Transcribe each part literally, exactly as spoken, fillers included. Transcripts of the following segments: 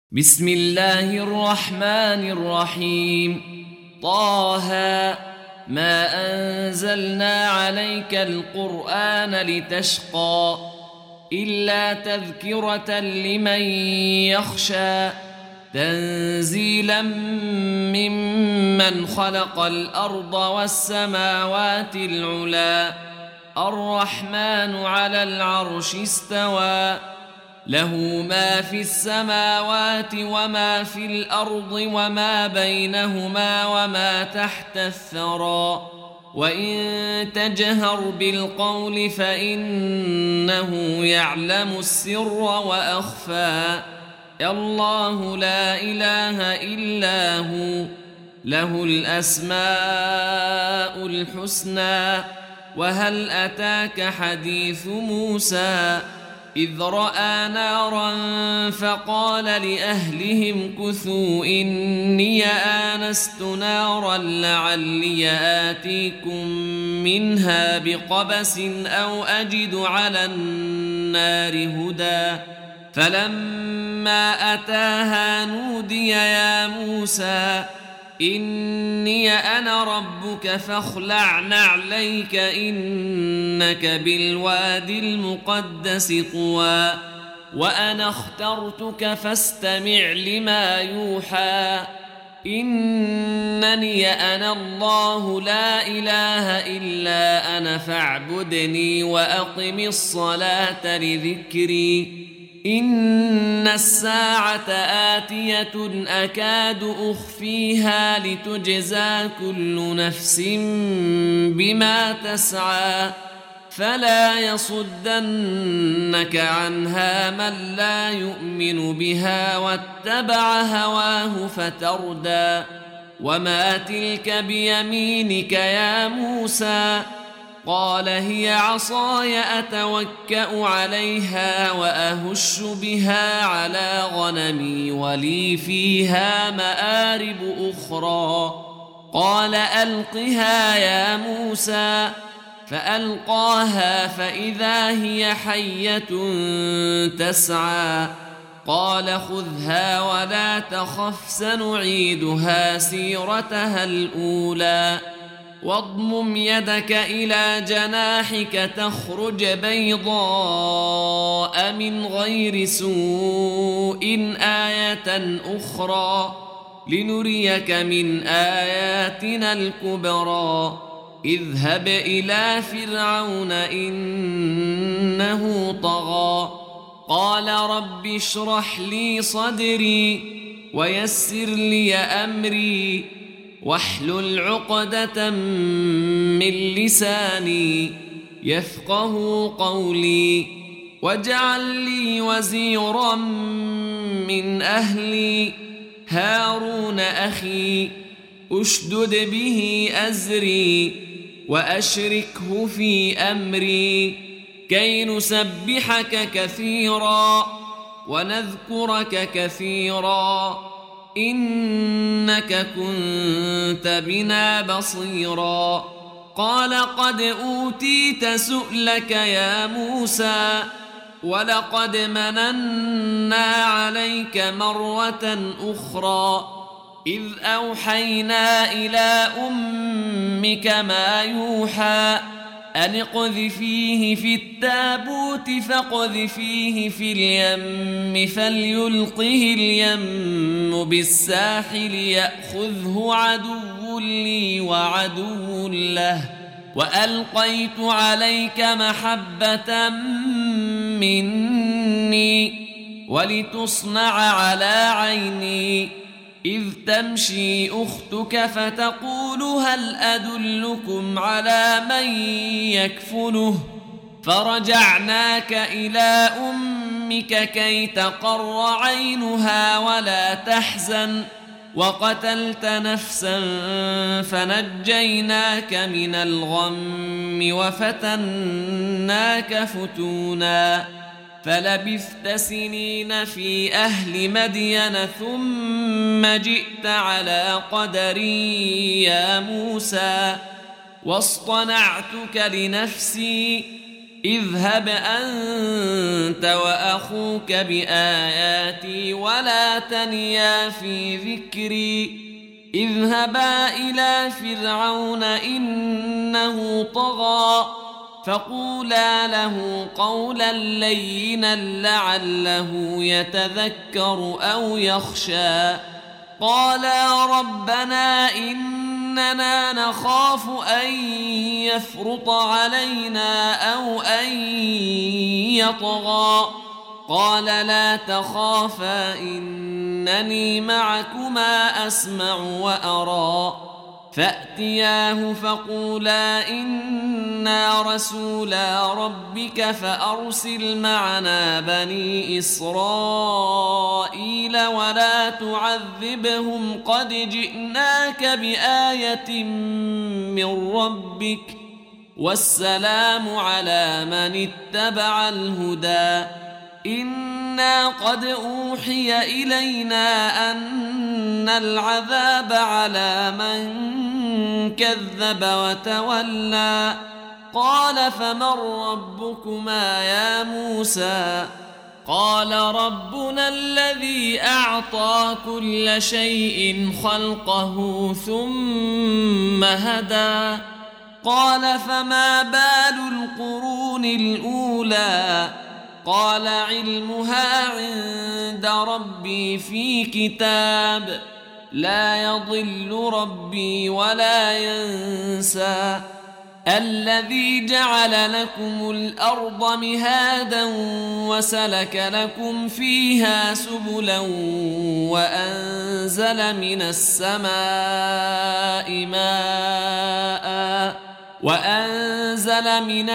بسم الله الرحمن الرحيم. طه ما أنزلنا عليك القرآن لتشقى إلا تذكرة لمن يخشى تنزيلا ممن خلق الأرض والسماوات العلى الرحمن على العرش استوى له ما في السماوات وما في الأرض وما بينهما وما تحت الثرى وإن تجهر بالقول فإنه يعلم السر وأخفى الله لا إله إلا هو له الأسماء الحسنى. وهل أتاك حديث موسى إذ رأى نارا فقال لأهلهم كثوا إني آنست نارا لعلي آتيكم منها بقبس أو أجد على النار هدى فلما أتاها نودي يا موسى إني أنا ربك فاخلع نعليك إنك بالوادي المقدس طوى وأنا اخترتك فاستمع لما يوحى إنني أنا الله لا إله إلا أنا فاعبدني وأقم الصلاة لذكري إن الساعة آتية أكاد أخفيها لتجزى كل نفس بما تسعى فلا يصدنك عنها من لا يؤمن بها واتبع هواه فتردى وما تلك بيمينك يا موسى قال هي عصاي أتوكأ عليها وأهش بها على غنمي ولي فيها مآرب أخرى قال ألقها يا موسى فألقاها فإذا هي حية تسعى قال خذها ولا تخف سنعيدها سيرتها الأولى واضمم يدك إلى جناحك تخرج بيضاء من غير سوء آية أخرى لنريك من آياتنا الكبرى اذهب إلى فرعون إنه طغى قال رب اشرح لي صدري ويسر لي أمري واحلل عقدة من لساني يفقه قولي واجعل لي وزيرا من أهلي هارون أخي أشدد به أزري وأشركه في أمري كي نسبحك كثيرا ونذكرك كثيرا إنك كنت بنا بصيرا قال قد أوتيت سؤلك يا موسى ولقد مننا عليك مرة أخرى إذ أوحينا إلى أمك ما يوحى أن اقذفيه في التابوت فاقذفيه في اليم فليلقه اليم بالساحل يأخذه عدو لي وعدو له وألقيت عليك محبة مني ولتصنع على عيني إذ تمشي أختك فتقول هل أدلكم على من يكفله فرجعناك إلى أمك كي تقر عينها ولا تحزن وقتلت نفسا فنجيناك من الغم وفتناك فتونا فلبثت سنين في أهل مدين ثم جئت على قدري يا موسى واصطنعتك لنفسي اذهب أنت وأخوك بآياتي ولا تنيا في ذكري اذهبا إلى فرعون إنه طغى فقولا له قولا لينا لعله يتذكر أو يخشى قالا ربنا إننا نخاف أن يفرط علينا أو أن يطغى قال لا تخافا إنني معكما أسمع وأرى فأتياه فقولا إنا رسولا ربك فأرسل معنا بني إسرائيل ولا تعذبهم قد جئناك بآية من ربك والسلام على من اتبع الهدى إنا قد أوحي إلينا أن العذاب على من كذب وتولى قال فمن ربكما يا موسى قال ربنا الذي أعطى كل شيء خلقه ثم هدى قال فما بال القرون الأولى قال علمها عند ربي في كتاب لا يضل ربي ولا ينسى الذي جعل لكم الأرض مهادا وسلك لكم فيها سبلا وأنزل من السماء ماء وأنزل من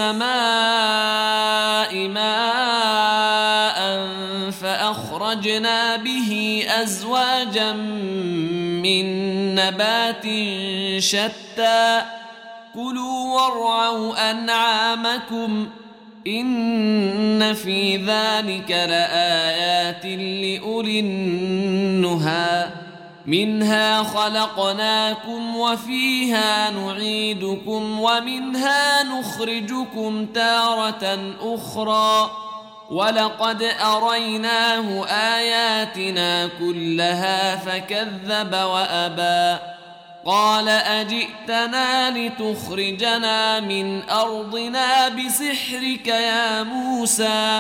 السماء ماء فأخرجنا به أزواجا من نبات شتى كلوا وارعوا أنعامكم إن في ذلك لآيات لأولي النهى منها خلقناكم وفيها نعيدكم ومنها نخرجكم تارة أخرى ولقد أريناه آياتنا كلها فكذب وأبى قال أجئتنا لتخرجنا من أرضنا بسحرك يا موسى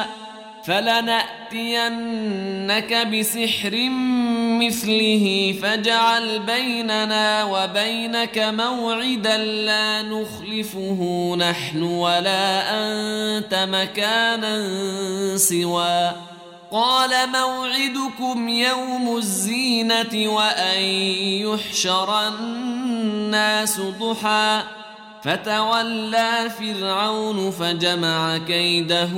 فلنأتينك بسحر مثله فاجعل بيننا وبينك موعدا لا نخلفه نحن ولا أنت مكانا سوى قال موعدكم يوم الزينة وأن يحشر الناس ضحى فتولى فرعون فجمع كيده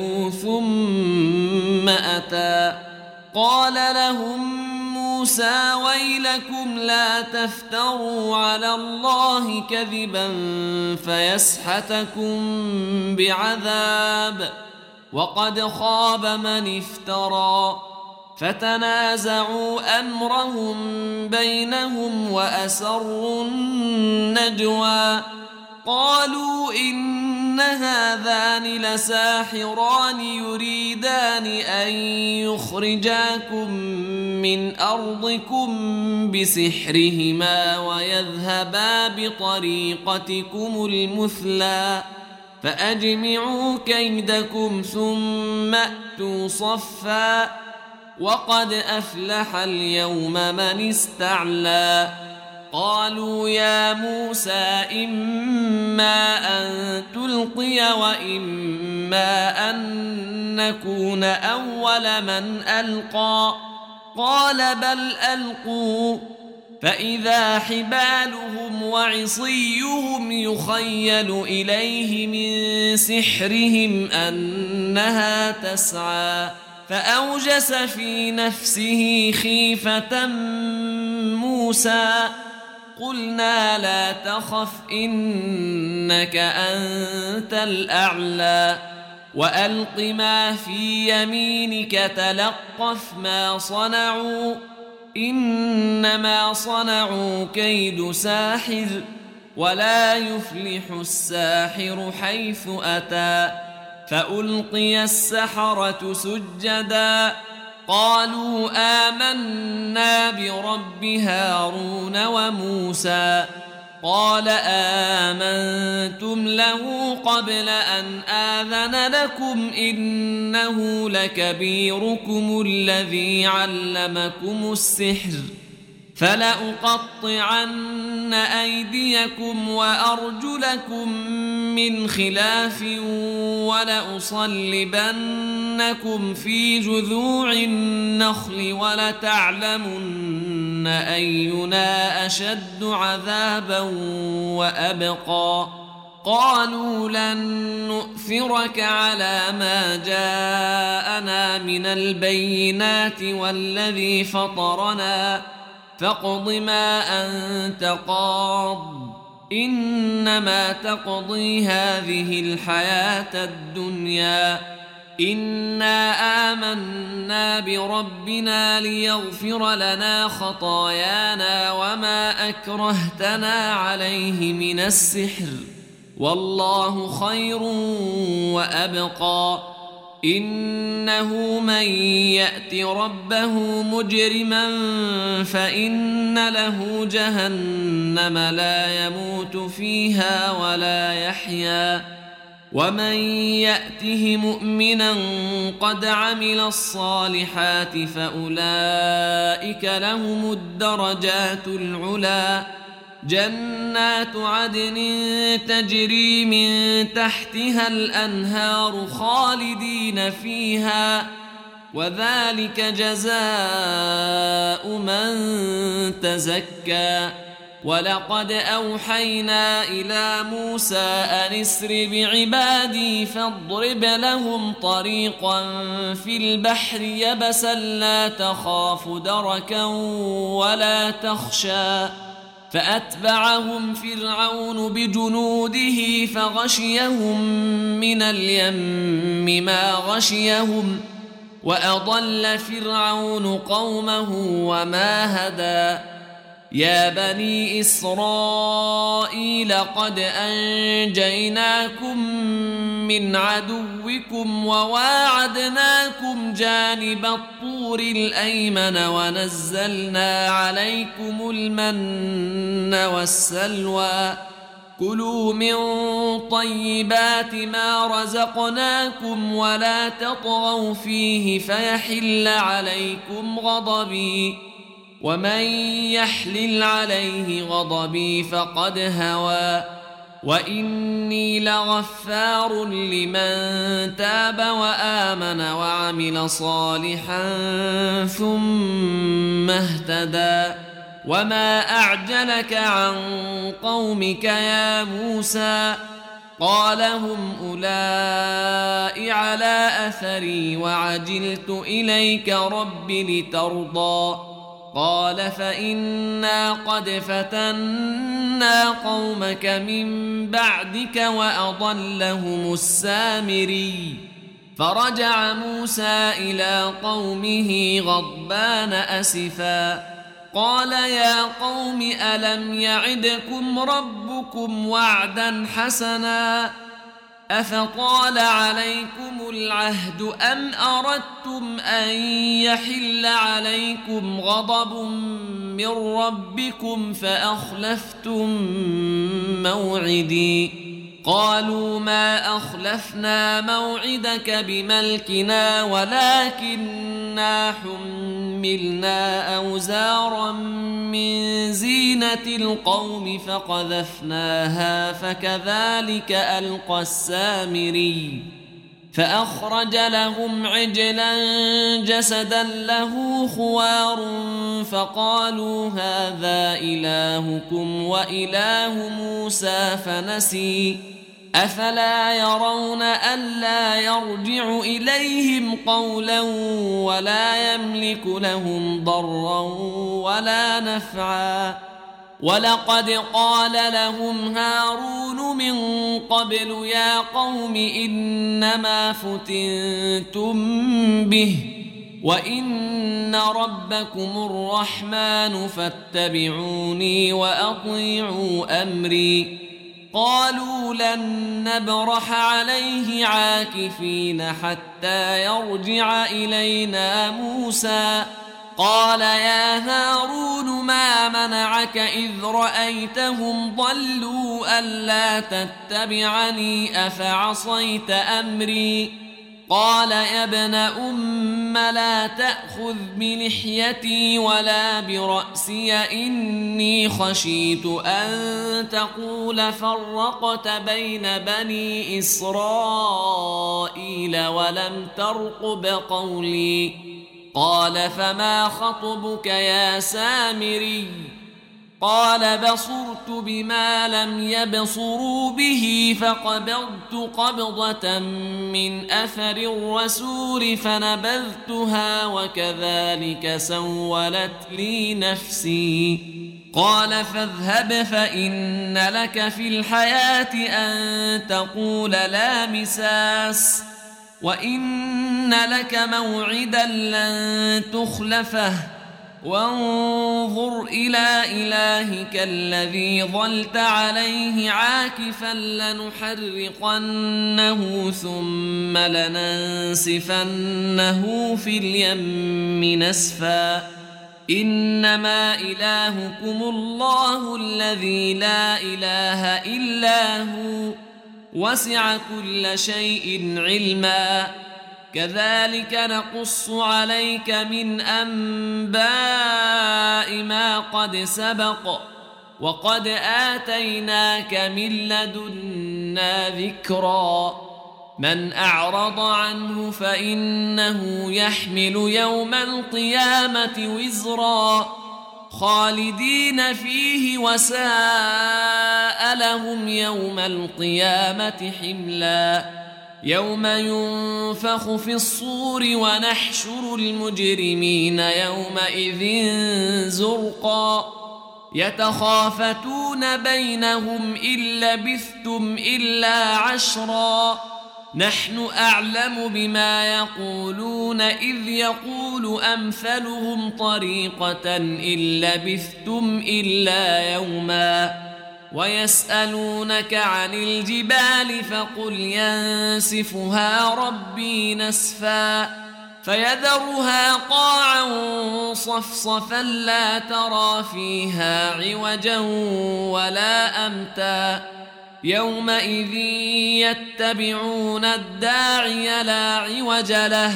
ثم أتى قال لهم موسى ويلكم لا تفتروا على الله كذبا فيسحتكم بعذاب وقد خاب من افترى فتنازعوا أمرهم بينهم وأسروا النجوى قالوا إن هذان لساحران يريدان أن يخرجاكم من أرضكم بسحرهما ويذهبا بطريقتكم المثلى فأجمعوا كيدكم ثم أتوا صفا وقد أفلح اليوم من استعلى قالوا يا موسى إما أن تلقي وإما أن نكون أول من ألقى قال بل ألقوا فإذا حبالهم وعصيهم يخيل إليه من سحرهم أنها تسعى فأوجس في نفسه خيفة موسى قلنا لا تخف إنك أنت الأعلى وألق ما في يمينك تلقف ما صنعوا إنما صنعوا كيد ساحر ولا يفلح الساحر حيث أتى فألقي السحرة سجدا قالوا آمنا برب هارون وموسى قال آمنتم له قبل أن آذن لكم إنه لكبيركم الذي علمكم السحر فلأقطعن أيديكم وأرجلكم من خلاف ولأصلبنكم في جذوع النخل ولتعلمن أينا أشد عذابا وأبقى قالوا لن نؤثرك على ما جاءنا من البينات والذي فطرنا فاقض ما أنت قاض إنما تقضي هذه الحياة الدنيا إنا آمنا بربنا ليغفر لنا خطايانا وما أكرهتنا عليه من السحر والله خير وأبقى إنه من يأت ربه مجرما فإن له جهنم لا يموت فيها ولا يحيا ومن يأته مؤمنا قد عمل الصالحات فأولئك لهم الدرجات العلى جنات عدن تجري من تحتها الأنهار خالدين فيها وذلك جزاء من تزكى ولقد أوحينا إلى موسى أن اسر بعبادي فاضرب لهم طريقا في البحر يبسا لا تخاف دركا ولا تخشى فأتبعهم فرعون بجنوده فغشيهم من اليم ما غشيهم وأضل فرعون قومه وما هدى يا بني إسرائيل قد أنجيناكم من عدوكم وواعدناكم جانب الطور الأيمن ونزلنا عليكم المن والسلوى كلوا من طيبات ما رزقناكم ولا تطغوا فيه فيحل عليكم غضبي ومن يحلل عليه غضبي فقد هوى وإني لغفار لمن تاب وآمن وعمل صالحا ثم اهتدى وما أعجلك عن قومك يا موسى قال هم أولئك على أثري وعجلت إليك رب لترضى قال فإنا قد فتنا قومك من بعدك وأضلهم السامري فرجع موسى إلى قومه غضبان أسفا قال يا قوم ألم يعدكم ربكم وعدا حسنا أفطال عليكم العهد أم أردتم أن يحل عليكم غضب من ربكم فأخلفتم موعدي قالوا ما أخلفنا موعدك بملكنا ولكننا حملنا أوزارا من زينة القوم فقذفناها فكذلك ألقى السامري فأخرج لهم عجلا جسدا له خوار فقالوا هذا إلهكم وإله موسى فنسي أفلا يرون ألا يرجع إليهم قولا ولا يملك لهم ضرا ولا نفعا ولقد قال لهم هارون من قبل يا قوم إنما فتنتم به وإن ربكم الرحمن فاتبعوني وأطيعوا أمري قالوا لن نبرح عليه عاكفين حتى يرجع إلينا موسى قال يا هارون ما منعك إذ رأيتهم ضلوا ألا تتبعني أفعصيت أمري قال يا ابن أم لا تأخذ بلحيتي ولا برأسي إني خشيت أن تقول فرقت بين بني إسرائيل ولم ترقب قولي قال فما خطبك يا سامري قال بصرت بما لم يبصروا به فقبضت قبضة من أثر الرسول فنبذتها وكذلك سولت لي نفسي قال فاذهب فإن لك في الحياة أن تقول لا مساس وإن لك موعدا لن تخلفه وانظر إلى إلهك الذي ظلت عليه عاكفا لنحرقنه ثم لننسفنه في اليم نسفا إنما إلهكم الله الذي لا إله إلا هو وسع كل شيء علما كذلك نقص عليك من أنباء ما قد سبق وقد آتيناك من لدنا ذكرا من أعرض عنه فإنه يحمل يوم القيامة وزرا خالدين فيه وساء لهم يوم القيامة حملا يوم ينفخ في الصور ونحشر المجرمين يومئذ زرقا يتخافتون بينهم إن لبثتم إلا عشرا نحن أعلم بما يقولون إذ يقول أمثلهم طريقة إن لبثتم إلا يوما ويسألونك عن الجبال فقل ينسفها ربي نسفا فيذرها قاعا صفصفا لا ترى فيها عوجا ولا أمتا يومئذ يتبعون الداعي لا عوج له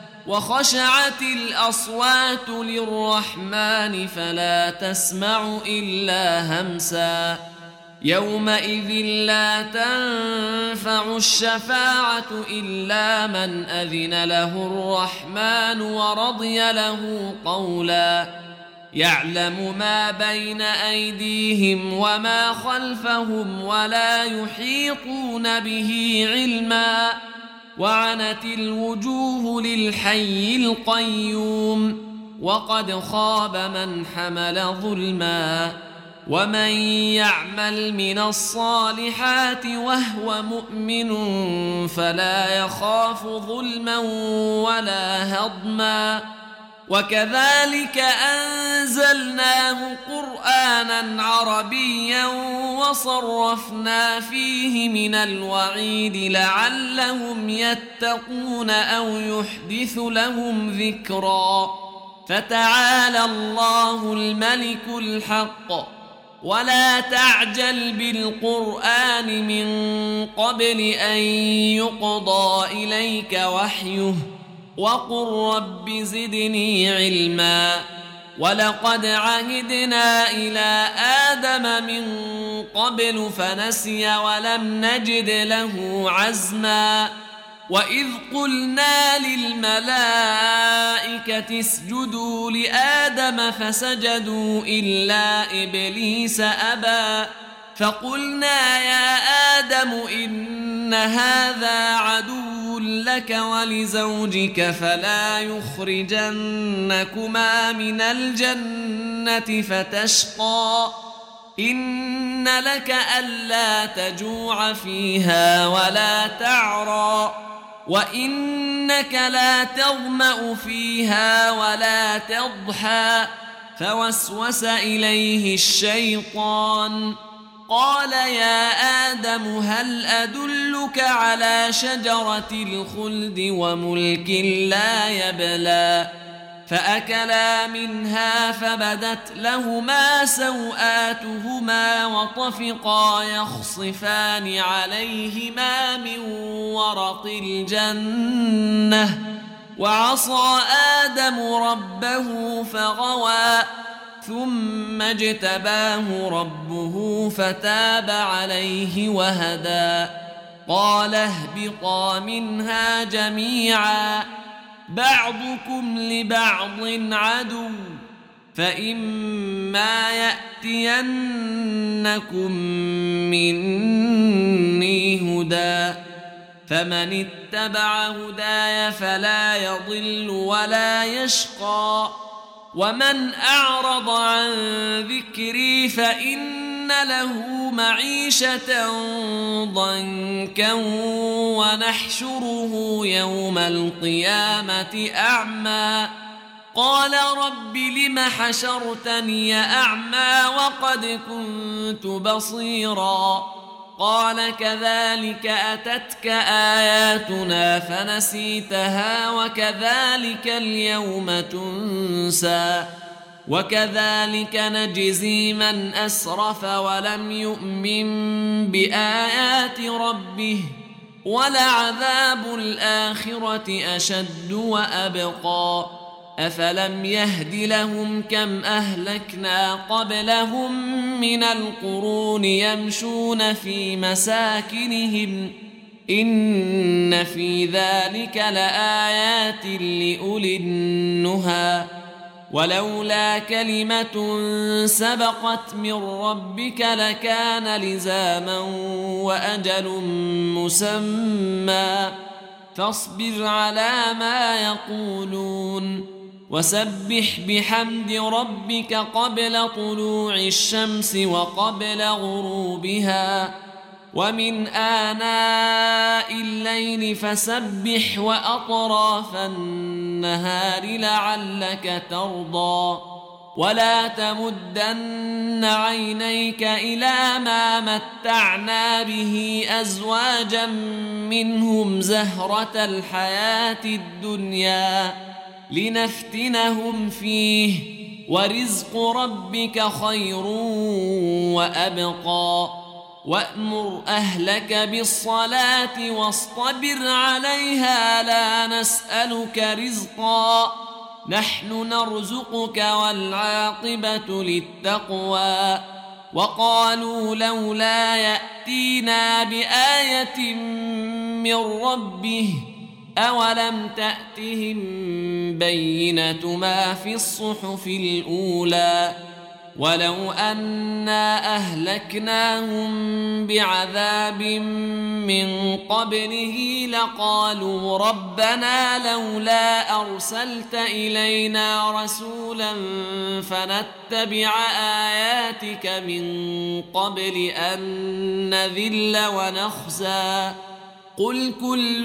وخشعت الأصوات للرحمن فلا تسمع إلا همسا يومئذ لا تنفع الشفاعة إلا من أذن له الرحمن ورضي له قولا يعلم ما بين أيديهم وما خلفهم ولا يحيطون به علما وعنت الوجوه للحي القيوم وقد خاب من حمل ظلما ومن يعمل من الصالحات وهو مؤمن فلا يخاف ظلما ولا هضما وكذلك أنزلناه قرآنا عربيا وصرفنا فيه من الوعيد لعلهم يتقون أو يحدث لهم ذكرا فتعالى الله الملك الحق ولا تعجل بالقرآن من قبل أن يقضى إليك وحيه وقل رب زدني علما ولقد عهدنا إلى آدم من قبل فنسي ولم نجد له عزما وإذ قلنا للملائكة اسجدوا لآدم فسجدوا إلا إبليس أبى فقلنا يا آدم إن هذا عدو لك ولزوجك فلا يخرجنكما من الجنة فتشقى إن لك ألا تجوع فيها ولا تعرى وإنك لا تظمأ فيها ولا تضحى فوسوس إليه الشيطان قال يا آدم هل أدلك على شجرة الخلد وملك لا يبلى فأكلا منها فبدت لهما سوآتهما وطفقا يخصفان عليهما من ورق الجنة وعصى آدم ربه فغوى ثم اجتباه ربه فتاب عليه وهدى قال اهبطا منها جميعا بعضكم لبعض عدو فإما يأتينكم مني هدى فمن اتبع هداي فلا يضل ولا يشقى ومن أعرض عن ذكري فإن له معيشة ضنكا ونحشره يوم القيامة أعمى قال رب لم حشرتني أعمى وقد كنت بصيرا قال كذلك أتتك آياتنا فنسيتها وكذلك اليوم تنسى وكذلك نجزي من أسرف ولم يؤمن بآيات ربه ولعذاب الآخرة أشد وأبقى أفلم يهد لهم كم أهلكنا قبلهم من القرون يمشون في مساكنهم إن في ذلك لآيات لأولي النهى ولولا كلمة سبقت من ربك لكان لزاما وأجل مسمى فاصبر على ما يقولون وسبح بحمد ربك قبل طلوع الشمس وقبل غروبها ومن آناء الليل فسبح وأطراف النهار لعلك ترضى ولا تمدن عينيك إلى ما متعنا به أزواجا منهم زهرة الحياة الدنيا لنفتنهم فيه ورزق ربك خير وأبقى وأمر أهلك بالصلاة واصطبر عليها لا نسألك رزقا نحن نرزقك والعاقبة للتقوى وقالوا لولا يأتينا بآية من ربه أولم تأتهم بينة ما في الصحف الأولى ولو أنا أهلكناهم بعذاب من قبله لقالوا ربنا لولا أرسلت إلينا رسولا فنتبع آياتك من قبل أن نذل ونخزى قل كل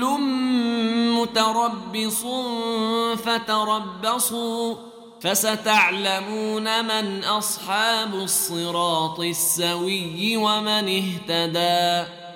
متربص فتربصوا فستعلمون من أصحاب الصراط السوي ومن اهتدى